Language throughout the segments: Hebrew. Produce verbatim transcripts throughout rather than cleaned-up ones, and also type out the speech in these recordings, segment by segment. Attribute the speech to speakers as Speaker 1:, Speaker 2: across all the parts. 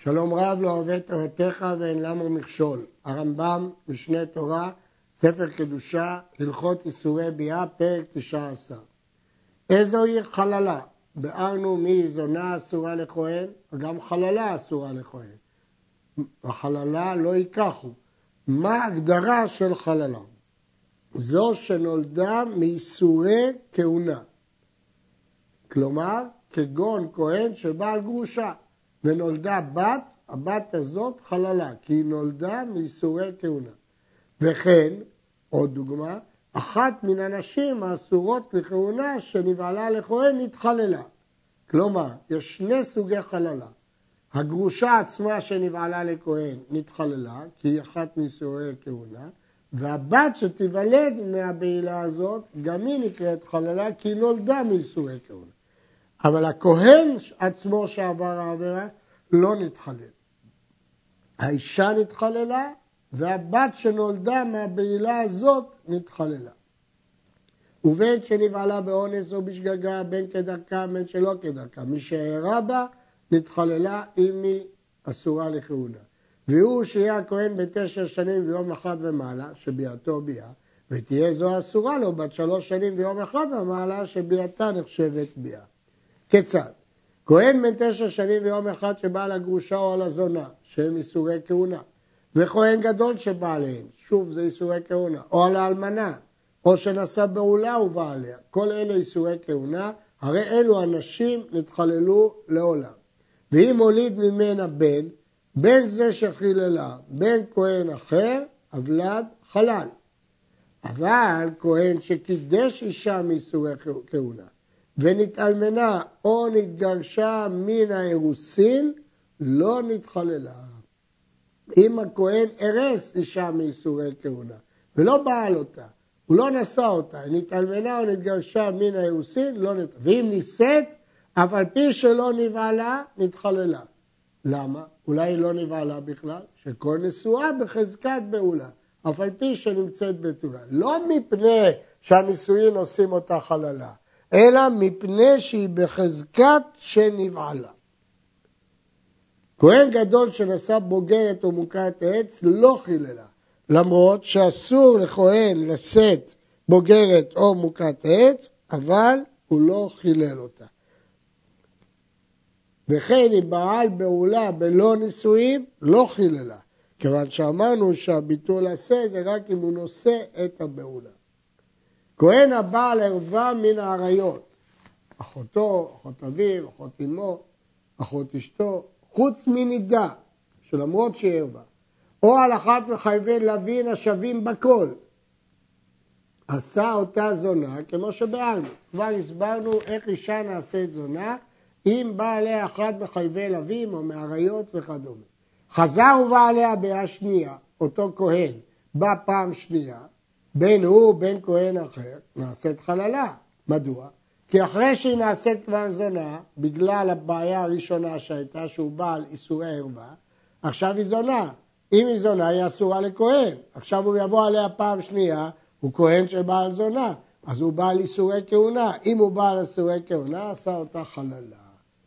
Speaker 1: שלום רב לא אוהב תורתך ואין למה מכשול. הרמב"ם, משנה תורה, ספר קדושה, הלכות איסורי ביאה, פרק תשע עשר. איזוהי חללה? בארנו מי זונה אסורה לכהן, וגם חללה אסורה לכהן. החללה לא ייקחו. מה ההגדרה של חללה? זו שנולדה מאיסורי כהונה. כלומר, כגון כהן שבעל גרושה, ונולדה בת, הבת הזאת חללה, כי היא נולדה מאיסורי כהונה. וכן, עוד דוגמה, אחת מן הנשים האסורות לכהונה שנבעלה לכהן נתחללה. כלומר, יש שני סוגי חללה. הגרושה עצמה שנבעלה לכהן נתחללה, כי היא אחת מאיסורי כהונה, והבת שתיוולד מהבעילה הזאת, גם היא נקראת חללה, כי היא נולדה מאיסורי כהונה. אבל הכהן עצמו שעבר העבירה לא נתחלל. האישה נתחללה, והבת שנולדה מהבעילה הזאת נתחללה. ובין שנבעלה באונס או בשגגה, בין כדרכה, בין שלא כדרכה. מי שהערה בה נתחללה אם היא אסורה לכהונה. והוא שיהיה הכהן בתשע שנים ויום אחד ומעלה, שביאתו ביאה, ותהיה זו אסורה לו בת שלוש שנים ויום אחד ומעלה, שביאתה נחשבת ביאה. כיצד? כהן בן תשע שנים ויום אחד שבא על הגרושה או על הזונה, שהם איסורי כהונה, וכהן גדול שבא עליהם, שוב זה איסורי כהונה, או על האלמנה, או שנשא בעולה ובא עליה, כל אלה איסורי כהונה, הרי אלו אנשים נתחללו לעולם. ואם הוליד ממנה בן, בן זה שחיללה, בן כהן אחר, אבלד חלל. אבל כהן שקידש אישה מאיסורי כהונה, ונתאלמנה או נתגרשה מן האירוסין, לא נתחללה. אם הכהן הרס אישה מאיסורי כהונה, ולא בעל אותה, הוא לא נשא אותה, נתאלמנה או נתגרשה מן האירוסין, לא נתחללה. ואם נישאת, אף על פי שלא נבעלה, נתחללה. למה? אולי היא לא נבעלה בכלל, שכל נשואה בחזקת בעולה, אף על פי שנמצאת בתולה. לא מפני שהנישואין עושים אותה חללה, אלא מפני שהיא בחזקת שנבעלה. כהן גדול שנשא בוגרת או מוקעת עץ לא חיללה, למרות שאסור לכהן לשאת בוגרת או מוקעת עץ, אבל הוא לא חילל אותה. וכן אם בעל בעולה בלא נישואים לא חיללה, כיוון שאמרנו שהביטול עשה זה רק אם הוא נושא את הבעולה. כהן הבעל ערווה מן העריות, אחותו, אחות אביו, אחות אמו, אחות אשתו, חוץ מנידה, שלמרות שהיא ערווה, או על אחת מחייבי לווין השווים בכל, עשה אותה זונה כמו שבארנו. כבר הסברנו איך אישה נעשית זונה, אם בא עליה אחת מחייבי לווים או מעריות וכדומה. חזר ובא עליה ביאה שנייה, אותו כהן, בא פעם שנייה, בין הוא בין כהן אחר, נעשית חללה. מדוע? כי אחרי שהיא נעשית כבר זונה, בגלל הבעיה הראשונה שהייתה שהוא בעל איסורי ערווה, עכשיו היא זונה. אם היא זונה, היא אסורה לכהן. עכשיו הוא יבוא עליה פעם שנייה, הוא כהן שבעל זונה, אז הוא בעל איסורי כהונה. אם הוא בעל איסורי כהונה, עשה אותה חללה.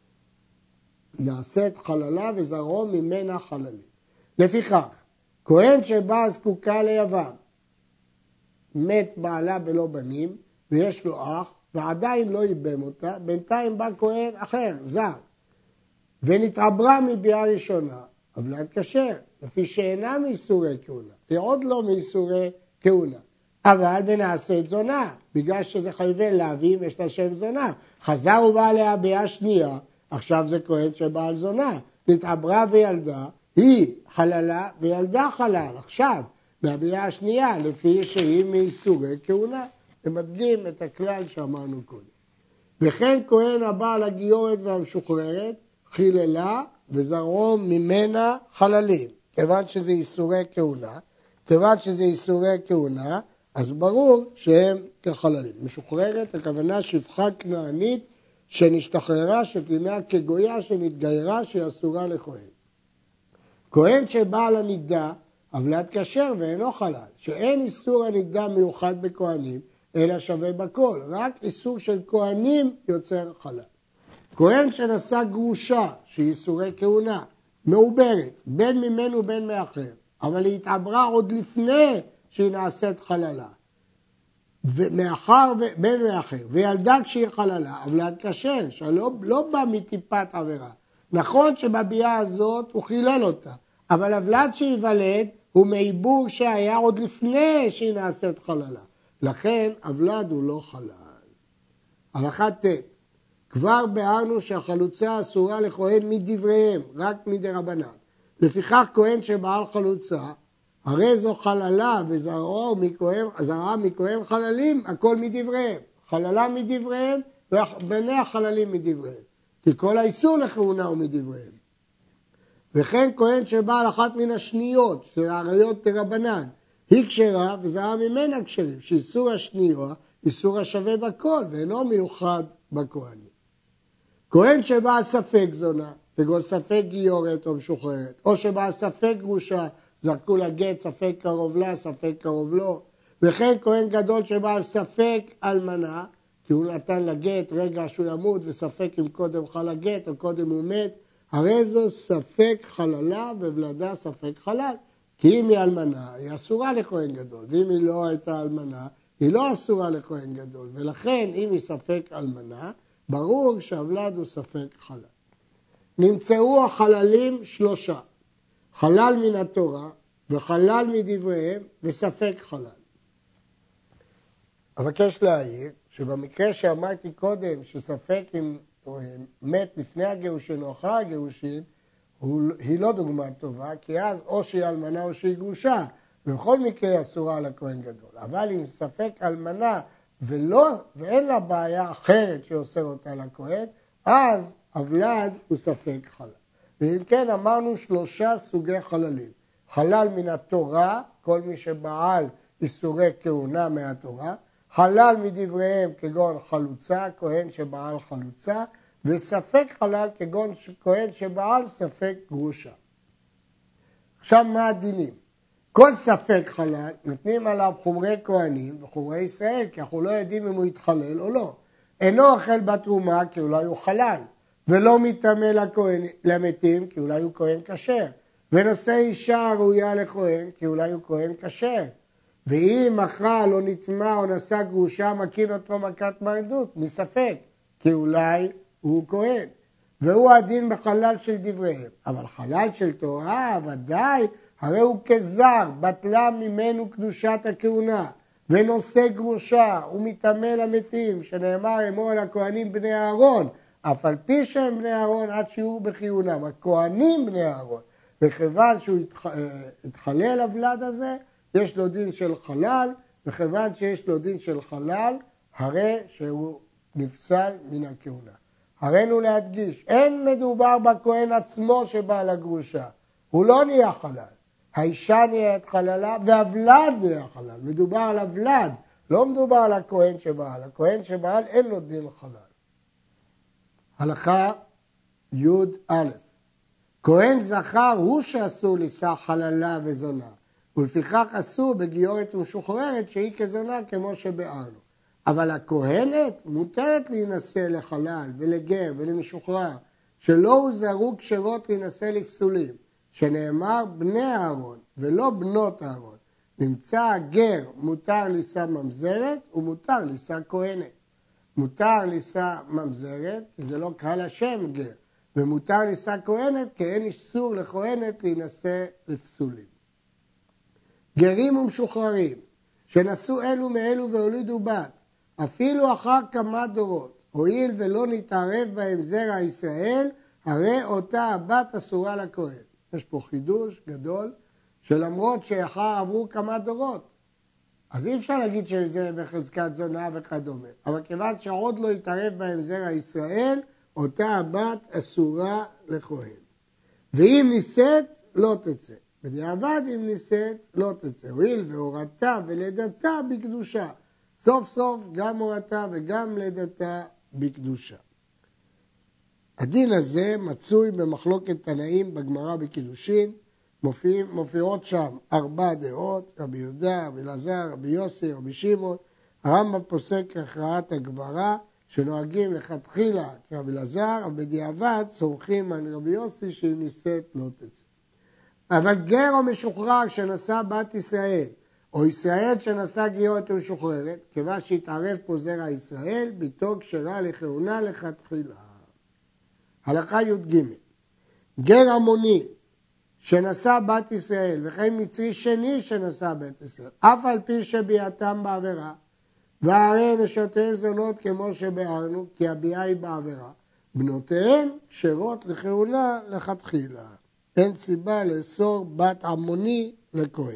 Speaker 1: נעשית חללה וזרעו ממנה חללים. לפיכך, כהן שבא זקוקה ליבם, מת בעלה בלא בנים, ויש לו אח, ועדיין לא ייבם אותה, בינתיים בא כהן אחר, זר, ונתעברה מביאה ראשונה, אבל כשר, לפי שאינה מאיסורי כהונה, היא עוד לא מאיסורי כהונה, אבל ונעשית זונה, בגלל שזה חייבי להבים, יש לה שם זונה, חזר ובא עליה ביאה שנייה, עכשיו זה כהן שבעל זונה, נתעברה וילדה, היא חללה וילדה חלל, עכשיו, מהביאה השנייה, לפי שהיא מאיסורי כהונה. הם מדגים את הכלל שאמרנו קודם. וכן כהן הבעל הגיורת והמשוחררת, חיללה וזרעו ממנה חללים. כיוון שזה איסורי כהונה, כיוון שזה איסורי כהונה, אז ברור שהם כחללים. משוחררת, הכוונה שפחה כנענית שנשתחררה, שכינה כגויה שנתגיירה, שהיא אסורה לכהן. כהן שבעל הנידה, אבלד כשר ואינו חלל, שאין איסור הנידה מיוחד בכהנים, אלא שווה בכל, רק איסור של כהנים יוצר חלל. כהן שנשא גרושה, שהיא איסורי כהונה, מעוברת, בין ממנו בין מאחר, אבל היא התעברה עוד לפני שהיא נעשית חללה. ומאחר בין מאחר, וילדה כשהיא חללה, אבל כשר, שלא לא בא מטיפת עבירה. נכון שבביאה הזאת הוא חילל אותה, אבל הוולד שיוולד הוא מעיבור שהיה עוד לפני שהיא נעשית חללה. לכן הוולד הוא לא חלל. הלכה ט' כבר ביארנו שהחלוצה אסורה לכהן מדבריהם, רק מדרבנן. לפיכך כהן שבעל חלוצה, הרי זו חללה וזרעה מכהן, זרעה מכהן חללים, הכל מדבריהם. חללה מדבריהם ובני החללים מדבריהם. כי כל האיסור לכהונה הוא מדבריהם. וכן כהן שבעל אחת מן השניות, של העריות דרבנן, היא כשרה וזרעה ממנה כשרים, שאיסור השנייה, איסור השווה בכל, ואינו מיוחד בכהנים. כהן שבעל ספק זונה, כגון ספק גיורת או משוחררת, או שבעל ספק גרושה, זרקו לה גט, ספק קרוב לה, ספק קרוב לו, וכן כהן גדול שבעל ספק אלמנה, כי הוא נתן לה גט רגע שהוא ימות, וספק אם קודם חל הגט או קודם הוא מת, הרי זו ספק חללה ובלדה ספק חלל, כי אם היא אלמנה, היא אסורה לכהן גדול, ואם היא לא הייתה אלמנה, היא לא אסורה לכהן גדול, ולכן אם היא ספק אלמנה, ברור שהוולד הוא ספק חלל. נמצאו החללים שלושה, חלל מן התורה וחלל מדבריהם וספק חלל. אבקש להעיר שבמקרה שאמרתי קודם שספק אם מת לפני הגירושין או אחר הגירושין, היא לא דוגמה טובה, כי אז או שהיא אלמנה או שהיא גרושה, ובכל מקרה אסורה לכהן גדול. אבל אם ספק אלמנה ולא, ואין לה בעיה אחרת שאוסר אותה לכהן, אז הוולד הוא ספק חלל. ואם כן אמרנו שלושה סוגי חללים. חלל מן התורה, כל מי שבעל איסורי כהונה מהתורה, חלל מדבריהם כגון חלוצה, כהן שבעל חלוצה, וספק חלל כגון כהן שבעל ספק גרושה. עכשיו מה הדינים? כל ספק חלל נותנים עליו חומרי כהנים וחומרי ישראל, כי אנחנו לא יודעים אם הוא יתחלל או לא. אינו אוכל בתרומה כי אולי הוא חלל, ולא מתאמה למתים כי אולי הוא כהן כשר, ונושא אישה ראויה לכהן כי אולי הוא כהן כשר. ואם אכל או נטמע או נשא גרושה מכין אותו מכת מרדות, מספק, כי אולי הוא כהן. והוא הדין בחלל של דבריהם. אבל חלל של תורה ודאי, הרי הוא כזר, בטלה ממנו קדושת הכהונה, ונושא גרושה, ומטמא למתים, שנאמר אמור על הכהנים בני אהרון, אף על פי שהם בני אהרון עד שיעור בכהונם, הכהנים בני אהרון. וכיוון שהוא התחלל הוולד הזה, יש לו דין של חלל, וכיוון שיש לו דין של חלל, הרי שהוא נפסל מן הכהונה. הרינו להדגיש, אין מדובר בכהן עצמו שבא לגרושה, הוא לא נהיה חלל. האישה נהיית חללה והוולד נהיה חלל. מדובר על הוולד, לא מדובר על הכהן שבעל. הכהן שבעל אין לו דין חלל. הלכה י' כהן זכר הוא שאסור לישא חללה וזונה, ולפיכך אסור בגיורת ומשוחררת שהיא כזונה כמו שבארנו. אבל הכהנת מותרת להינשא לחלל ולגר ולמשוחרר, שלא הוזהרו כשרות להינשא לפסולים, שנאמר בני אהרון ולא בנות אהרון. נמצא הגר מותר לישא ממזרת ומותר לישא כהנת. מותר לישא ממזרת כי זה לא קהל השם גר, ומותר לישא כהנת כי אין איסור לכהנת להינשא לפסולים. גרים ומשוחררים שנשאו אלו מאלו והולידו בת, אפילו אחר כמה דורות, הואיל ולא נתערב בהם זרע ישראל, הרי אותה הבת אסורה לכהן. יש פה חידוש גדול, שלמרות שאחר עברו כמה דורות, אז אי אפשר להגיד שזה בחזקת זונה וכדומה, אבל כיוון שעוד לא יתערב בהם זרע ישראל, אותה הבת אסורה לכהן. ואם נישאת, לא תצא. בדיעבד אם נישאת, לא תצא. הואיל והורתה ולידתה בקדושה. סוף סוף גם הורתה וגם לידתה בקדושה. הדין הזה מצוי במחלוקת תנאים בגמרא בקידושין, מופיעים, מופיעות שם ארבע דעות, רבי יהודה, רבי אלעזר, רבי יוסי, רבי שמעון. הרמב"ם פוסק הכרעת הגמרא שנוהגים לכתחילה כרבי אלעזר, אבל בדיעבד סומכים על רבי יוסי שהיא נישאת לא תצא. אבל גר או משוחרר שנשא בת ישראל, או ישראל שנשא גיורת ומשוחררת, כיוון שהתערב פה זרע ישראל, ביתו כשרה לכהונה לכתחילה. הלכה י"ג. גר עמוני שנשא בת ישראל, וכן מצרי שני שנשא בת ישראל, אף על פי שביעתם בעבירה, והרי נשותיהם זונות כמו שביארנו, כי הביאה היא בעבירה, בנותיהן כשרות לכהונה לכתחילה. אין סיבה לאסור בת עמוני לכהן.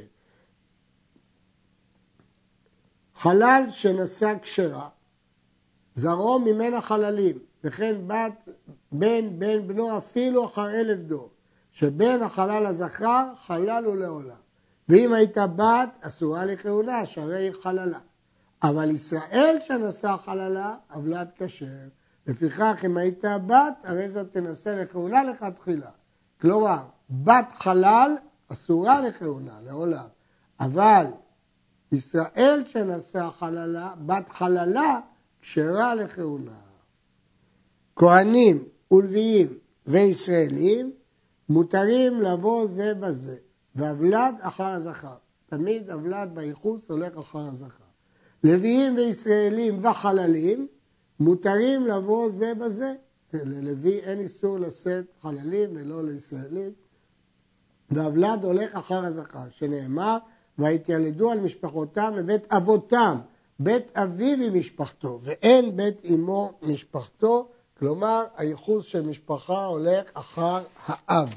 Speaker 1: חלל שנשא כשרה, זרעו ממנה חללים, וכן בת בן בן בנו אפילו אחר אלף דור, שבין החלל הזכר חלל הוא לעולם. ואם הייתה בת, אסורה לכהונה, שהרי היא חללה. אבל ישראל שנשא חללה, עוולת כשר. לפיכך, אם הייתה בת, הרי זאת תנסה לכהונה לכתחילה. כלומר, בת חלל אסורה לכהונה, לעולם. אבל ישראל שנשא חללה, בת חללה, כשרה לכהונה. כהנים ולוויים וישראלים מותרים לבוא זה בזה, והוולד אחר הזכר. תמיד הוולד בייחוס הולך אחר הזכר. לוויים וישראלים וחללים מותרים לבוא זה בזה. ללוי אין איסור לשאת חללים ולא לישראלים. והוולד הולך אחר הזכר, שנאמר, והתילדו על משפחותם לבית אבותם, בית אביו עם משפחתו, ואין בית אמו משפחתו, כלומר הייחוס של משפחה הולך אחר האב.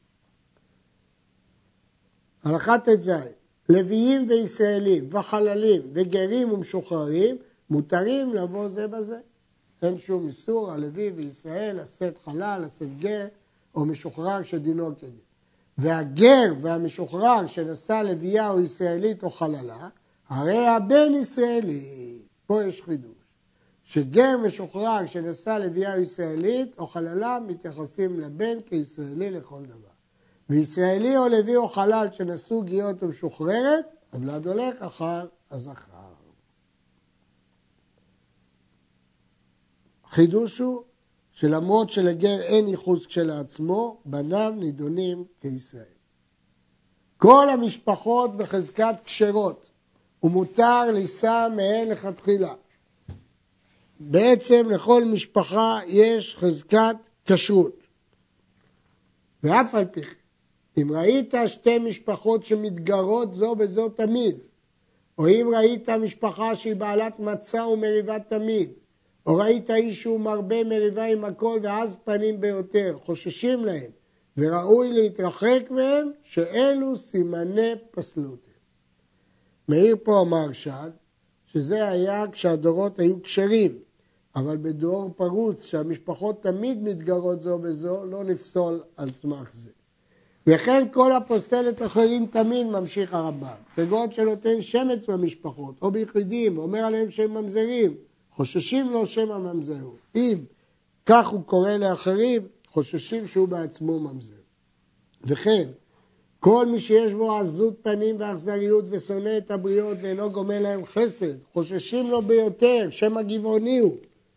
Speaker 1: הלכה ט"ז. לוויים וישראלים וחללים וגרים ומשוחררים מותרים לבוא זה בזה. אין שום איסור על לוי וישראל לשאת חלל, לשאת גר או משוחרר שדינו כגר. והגר והמשוחרר שנשא לוויה או ישראלית או חללה, הרי הבן ישראלי. פה יש חידוש. שגר משוחרר שנשא לוויה או ישראלית או חללה מתייחסים לבן כישראלי לכל דבר. וישראלי או לוי או חלל שנשאו גיורת ומשוחררת, הוולד הולך אחר הזכר. חידוש הוא שלמרות שלגר אין ייחוס כשלעצמו, בניו נידונים כישראל. כל המשפחות בחזקת כשרות, ומותר לישא מהן לכתחילה. בעצם לכל משפחה יש חזקת כשרות. ואף על פי כן, אם ראית שתי משפחות שמתגרות זו בזו תמיד, או אם ראית משפחה שהיא בעלת מצה ומריבה תמיד, או ראית איש שהוא מרבה מריבה עם הכל ואז פנים ביותר, חוששים להם, וראוי להתרחק מהם, שאלו סימני פסלות. מאיר פה המהרש"ל, שזה היה כשהדורות היו כשרים, אבל בדור פרוץ, שהמשפחות תמיד מתגרות זו בזו, לא נפסול על סמך זה. וכן כל הפוסל את אחרים תמיד ממשיך הרמב"ם. כגון שנותן שמץ במשפחות, או ביחידים, אומר עליהם שהם ממזרים, חוששים לו שמא ממזרו. אם כך הוא קורא לאחרים, חוששים שהוא בעצמו ממזר. וכן, כל מי שיש בו עזות פנים ואכזריות ושונא את הבריות ואינו גומל להם חסד, חוששים לו ביותר, שמא גבעוני הוא.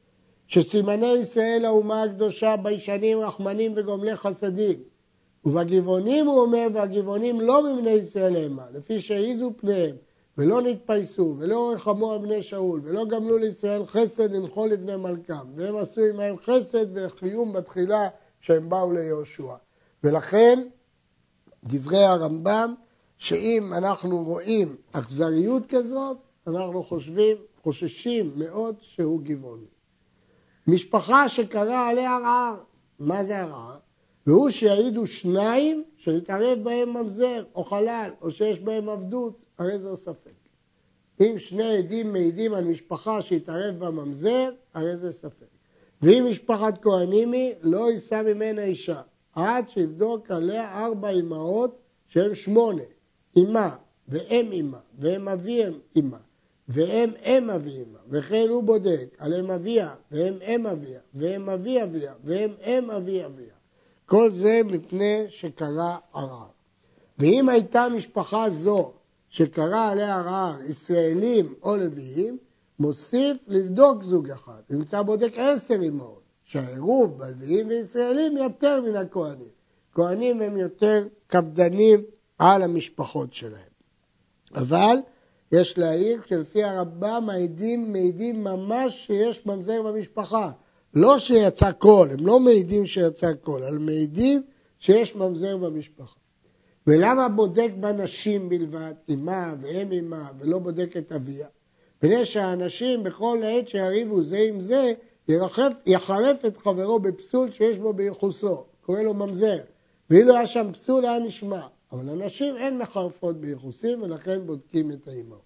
Speaker 1: שסימני ישראל האומה הקדושה ביישנים, רחמנים וגומלי חסדים. ובגבעונים הוא אומר, והגבעונים לא מבני ישראל המה, לפי שהעיזו פניהם, ולא נתפייסו, ולא רחמו על בני שאול, ולא גמלו לישראל חסד לנחול לבני מלכם, והם עשו עמהם חסד וחיום בתחילה שהם באו ליהושע. ולכן, דברי הרמב"ם, שאם אנחנו רואים אכזריות כזאת, אנחנו חושבים, חוששים מאוד שהוא גבעוני. משפחה שקרא עליה ערער, מה זה ערער? והוא שיעידו שניים שנתערב בהם ממזר או חלל או שיש בהם עבדות, הרי זו ספק. אם שני עדים מעידים על משפחה שהתערב בממזר, הרי זה ספק. ואם משפחת כהנים היא, לא יישא ממנה אישה, עד שיבדוק עליה ארבע אמהות שהן שמונה, אמא ואם אמא והם אביהם אמא. והם אם אבי אמא, וכן הוא בודק עליהם אביה, והם אם אביה, והם אבי אביה, והם אם אבי אביה. כל זה מפני שקרא ערער. ואם הייתה משפחה זו שקרא עליה ערער, ישראלים או לוויים, מוסיף לבדוק זוג אחד. נמצא בודק עשר אמהות, שהעירוב בלוויים וישראלים יותר מן הכהנים. כהנים הם יותר קפדנים על המשפחות שלהם. אבל יש להעיר שלפי הרמב"ם העדים מעידים ממש שיש ממזר במשפחה. לא שיצא קול, הם לא מעידים שיצא קול, אבל מעידים שיש ממזר במשפחה. ולמה בודק בנשים בלבד, אמה ואם אמה, ולא בודק את אביה? פני שהאנשים בכל עת שיריבו זה עם זה, ירחף, יחרף את חברו בפסול שיש בו ביחוסו, קורא לו ממזר. ואילו היה שם פסול היה נשמע, אבל אנשים אין מחרפות ביחוסים ולכן בודקים את האמא.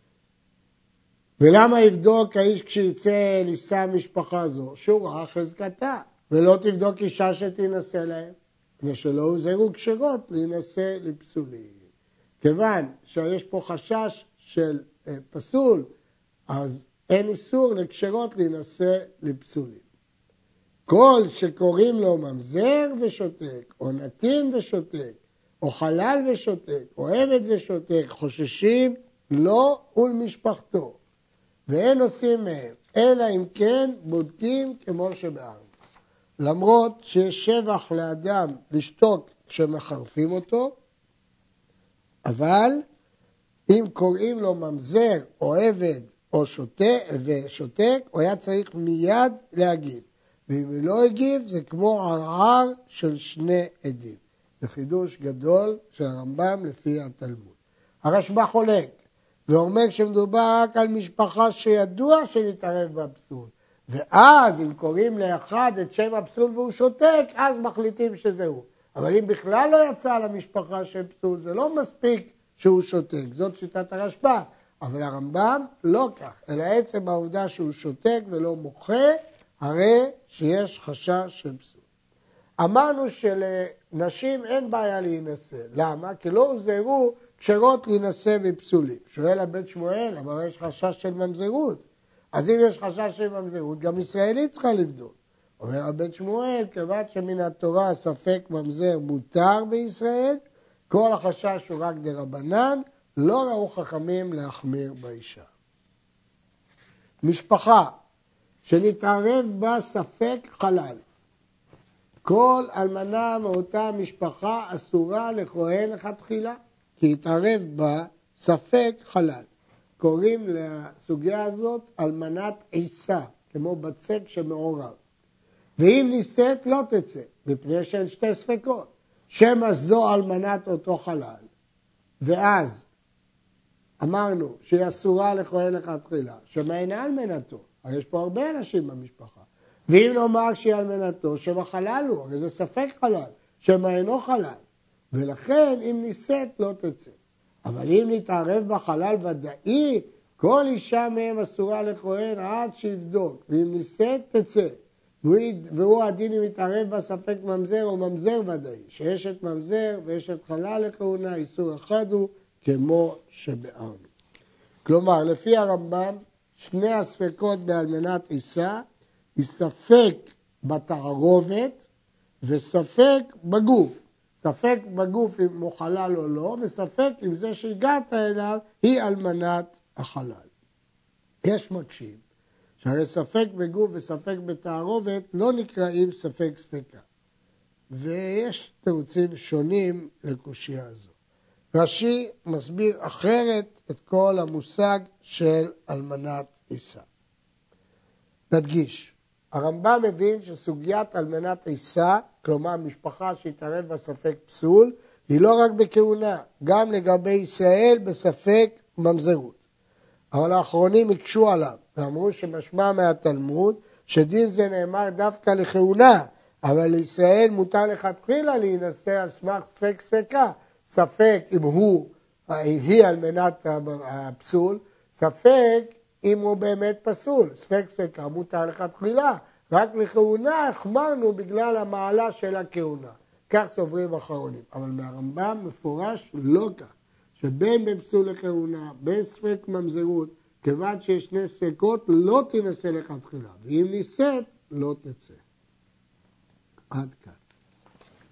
Speaker 1: ולמה יבדוק האיש כשירצה לישא משפחה זו? שהוא ראה חזקתה, ולא תבדוק אישה שתינשא להם, כדי שלא הוזהרו כשרות להינשא לפסולים. כיוון שיש פה חשש של פסול, אז אין איסור לכשרות להינשא לפסולים. כל שקוראים לו ממזר ושותק, או נתין ושותק, או חלל ושותק, או עבד ושותק, חוששים לו ולמשפחתו. ואין עושים מהם, אלא אם כן בודקים כמו שבארץ. למרות שיש שבח לאדם לשתוק כשמחרפים אותו, אבל אם קוראים לו ממזר או עבד או שותק, ושותק, הוא היה צריך מיד להגיב. ואם הוא לא הגיב, זה כמו ערער של שני עדים. זה חידוש גדול של הרמב"ם לפי התלמוד. הרשב"א חולק, ואומר שמדובר רק על משפחה שידוע שנתערב בפסול. ואז אם קוראים לאחד את שם הפסול והוא שותק, אז מחליטים שזהו. אבל אם בכלל לא יצא למשפחה של פסול, זה לא מספיק שהוא שותק. זאת שיטת הרשב"א. אבל הרמב"ם לא כך, אלא עצם העובדה שהוא שותק ולא מוחה, הרי שיש חשש של פסול. אמרנו שלנשים אין בעיה להינשא. למה? כי לא הוזהרו כשרות להינשא בפסולים. שואל הבית שמואל, אבל יש חשש של ממזרות. אז אם יש חשש של ממזרות, גם ישראלית צריכה לבדוק. אומר הבית שמואל, כיוון שמן התורה ספק ממזר מותר בישראל, כל החשש הוא רק דרבנן, לא ראו חכמים להחמיר באישה. משפחה שנתערב בה ספק חלל. כל אלמנה מאותה משפחה אסורה לכהן לכתחילה, כי התערב בה ספק חלל. קוראים לסוגיה הזאת אלמנת עיסה, כמו בצק שמעורב. ואם נישאת לא תצא, מפני שהן שתי ספקות. שמא זו אלמנת אותו חלל. ואז אמרנו שהיא אסורה לכהן לכתחילה, שמא אינה אלמנתו. הרי יש פה הרבה אנשים במשפחה. ואם נאמר שהיא אלמנתו, שמא חלל הוא, הרי זה ספק חלל, שמא אינו חלל. ולכן אם נישאת לא תצא. אבל אם נתערב בחלל ודאי, כל אישה מהם אסורה לכהן עד שיבדוק. ואם נישאת תצא. והוא הדין אם מתערב בספק ממזר או ממזר ודאי. שיש את ממזר ויש את חלל לכהונה, איסור אחד הוא כמו שבארנו. כלומר, לפי הרמב"ם, שני הספקות באלמנת עיסה, היא ספק בתערובת וספק בגוף. ספק בגוף אם הוא חלל או לא, וספק אם זה שהגעת אליו היא אלמנת החלל. יש מקשים, שהרי ספק בגוף וספק בתערובת לא נקראים ספק ספקה. ויש תירוצים שונים לקושיה הזו. רש"י מסביר אחרת את כל המושג של אלמנת עיסה. נדגיש, הרמב"ם מבין שסוגיית אלמנת עיסה, כלומר משפחה שהתערב בספק פסול, היא לא רק בכהונה, גם לגבי ישראל בספק ממזרות. אבל האחרונים הקשו עליו, ואמרו שמשמע מהתלמוד, שדין זה נאמר דווקא לכהונה, אבל לישראל מותר לכתחילה להינשא על סמך ספק ספקה, ספק אם הוא, אם היא אלמנת הפסול, ספק אם הוא באמת פסול, ספק ספקה מותר לכתחילה, רק לכהונה החמרנו בגלל המעלה של הכהונה. כך סוברים אחרונים, אבל מהרמב"ם מפורש לא כך, שבין בפסול לכהונה, בין ספק ממזרות, כיוון שיש שני ספקות לא תינשא לכתחילה, ואם נישאת לא תצא. עד כאן.